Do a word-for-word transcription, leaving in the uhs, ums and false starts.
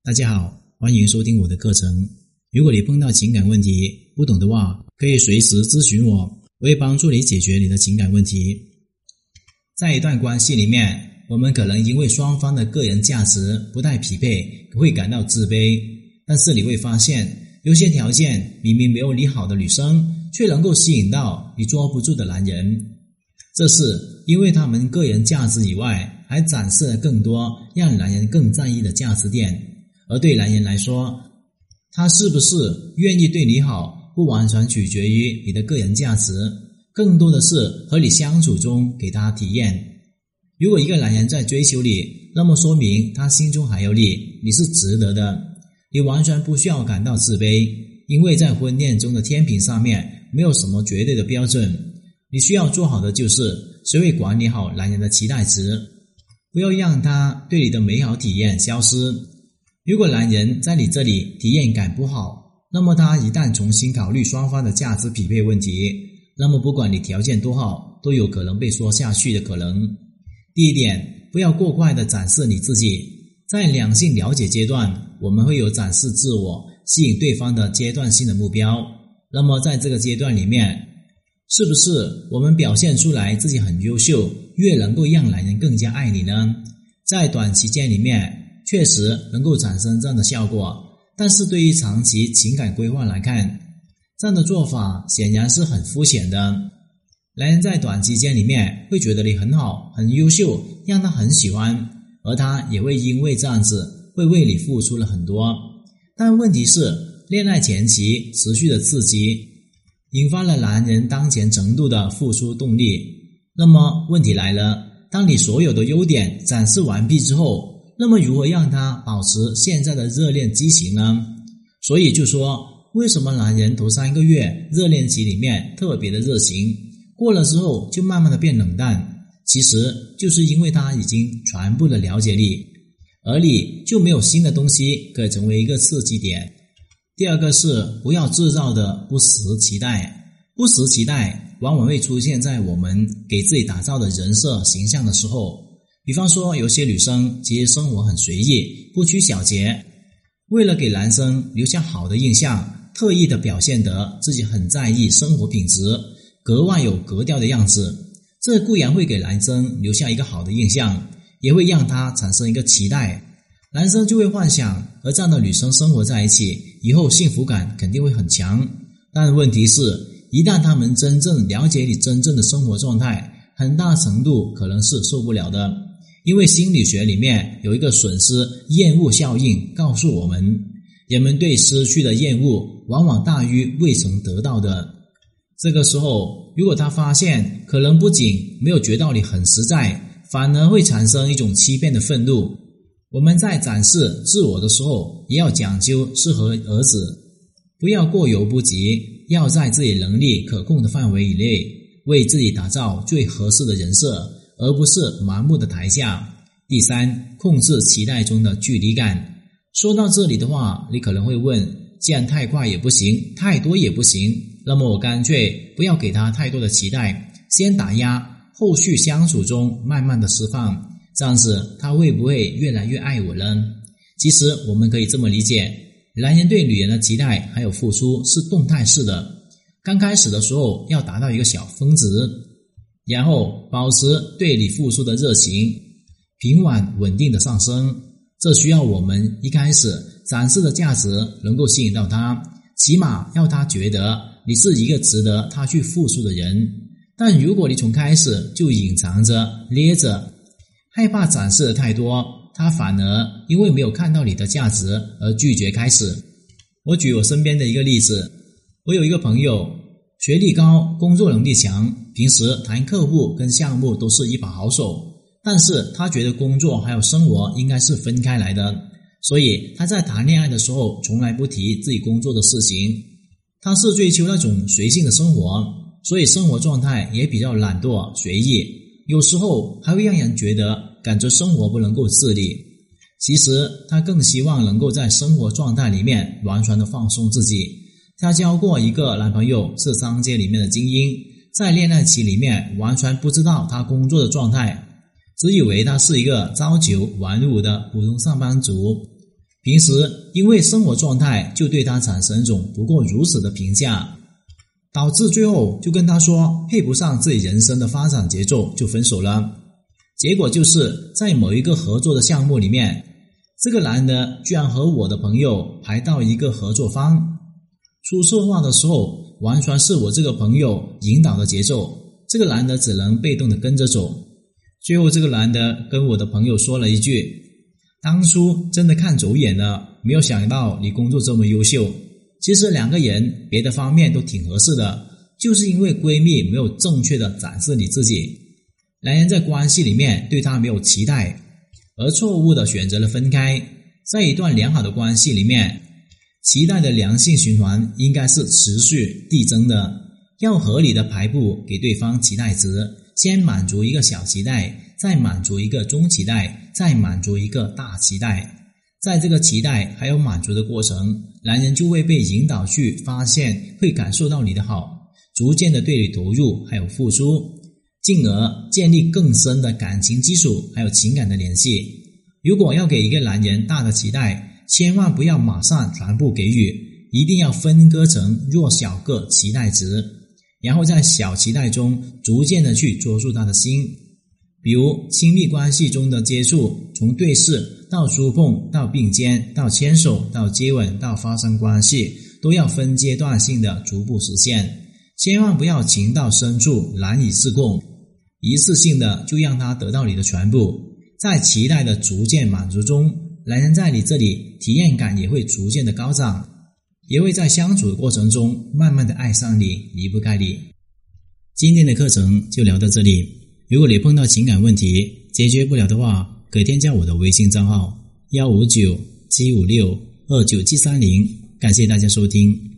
大家好，欢迎收听我的课程。如果你碰到情感问题不懂的话，可以随时咨询我，我会帮助你解决你的情感问题。在一段关系里面，我们可能因为双方的个人价值不太匹配，会感到自卑。但是你会发现，有些条件明明没有你好的女生，却能够吸引到你捉不住的男人。这是因为他们个人价值以外，还展示了更多让男人更在意的价值点。而对男人来说，他是不是愿意对你好，不完全取决于你的个人价值，更多的是和你相处中给他体验。如果一个男人在追求你，那么说明他心中还有你，你是值得的。你完全不需要感到自卑，因为在婚恋中的天平上面没有什么绝对的标准。你需要做好的就是学会管理好男人的期待值，不要让他对你的美好体验消失。如果男人在你这里体验感不好，那么他一旦重新考虑双方的价值匹配问题，那么不管你条件多好，都有可能被说下去的可能。第一点，不要过快地展示你自己。在两性了解阶段，我们会有展示自我、吸引对方的阶段性的目标。那么在这个阶段里面，是不是我们表现出来自己很优秀，越能够让男人更加爱你呢？在短期间里面确实能够产生这样的效果，但是对于长期情感规划来看，这样的做法显然是很肤浅的。男人在短期间里面会觉得你很好，很优秀，让他很喜欢，而他也会因为这样子会为你付出了很多。但问题是，恋爱前期持续的刺激引发了男人当前程度的付出动力。那么问题来了，当你所有的优点展示完毕之后，那么如何让他保持现在的热恋激情呢？所以就说，为什么男人头三个月热恋期里面特别的热情，过了之后就慢慢的变冷淡？其实就是因为他已经全部的了解你，而你就没有新的东西可以成为一个刺激点。第二个是不要制造的不实期待。不实期待往往会出现在我们给自己打造的人设形象的时候。比方说，有些女生其实生活很随意，不拘小节，为了给男生留下好的印象，特意的表现得自己很在意生活品质，格外有格调的样子。这固然会给男生留下一个好的印象，也会让他产生一个期待，男生就会幻想和这样的女生生活在一起，以后幸福感肯定会很强。但问题是，一旦他们真正了解你真正的生活状态，很大程度可能是受不了的。因为心理学里面有一个损失厌恶效应，告诉我们，人们对失去的厌恶往往大于未曾得到的。这个时候，如果他发现可能不仅没有觉得你很实在，反而会产生一种欺骗的愤怒。我们在展示自我的时候，也要讲究适合儿子，不要过犹不及，要在自己能力可控的范围以内，为自己打造最合适的人设，而不是盲目的台下。第三，控制期待中的距离感。说到这里的话，你可能会问，既然太快也不行，太多也不行，那么我干脆不要给他太多的期待，先打压，后续相处中慢慢的释放，这样子他会不会越来越爱我呢？其实我们可以这么理解，男人对女人的期待还有付出是动态式的。刚开始的时候要达到一个小峰值，然后保持对你付出的热情平缓稳定的上升。这需要我们一开始展示的价值能够吸引到他，起码要他觉得你是一个值得他去付出的人。但如果你从开始就隐藏着捏着，害怕展示的太多，他反而因为没有看到你的价值而拒绝开始。我举我身边的一个例子，我有一个朋友，学历高，工作能力强，平时谈客户跟项目都是一把好手，但是他觉得工作还有生活应该是分开来的，所以他在谈恋爱的时候从来不提自己工作的事情。他是追求那种随性的生活，所以生活状态也比较懒惰随意，有时候还会让人觉得感觉生活不能够自理。其实他更希望能够在生活状态里面完全的放松自己。他交过一个男朋友是商界里面的精英，在恋爱期里面完全不知道他工作的状态，只以为他是一个朝九晚五的普通上班族。 平时因为生活状态就对他产生一种不过如此的评价，导致最后就跟他说配不上自己人生的发展节奏就分手了。结果就是在某一个合作的项目里面，这个男的居然和我的朋友排到一个合作方，出策划的时候完全是我这个朋友引导的节奏，这个男的只能被动的跟着走。最后这个男的跟我的朋友说了一句，当初真的看走眼了，没有想到你工作这么优秀。其实两个人别的方面都挺合适的，就是因为闺蜜没有正确的展示你自己，男人在关系里面对她没有期待，而错误的选择了分开。在一段良好的关系里面，期待的良性循环应该是持续递增的，要合理的排布给对方期待值，先满足一个小期待，再满足一个中期待，再满足一个大期待。在这个期待还有满足的过程，男人就会被引导去发现，会感受到你的好，逐渐的对你投入还有付出，进而建立更深的感情基础还有情感的联系。如果要给一个男人大的期待，千万不要马上全部给予，一定要分割成弱小个期待值，然后在小期待中逐渐的去捉住他的心。比如亲密关系中的接触，从对视到触碰到并肩到牵手到接吻到发生关系，都要分阶段性的逐步实现，千万不要情到深处难以自控，一次性的就让他得到你的全部。在期待的逐渐满足中，男人在你这里体验感也会逐渐的高涨，也会在相处的过程中慢慢的爱上你，离不开你。今天的课程就聊到这里，如果你碰到情感问题解决不了的话，可以添加我的微信账号一五九七五六二九七三零，感谢大家收听。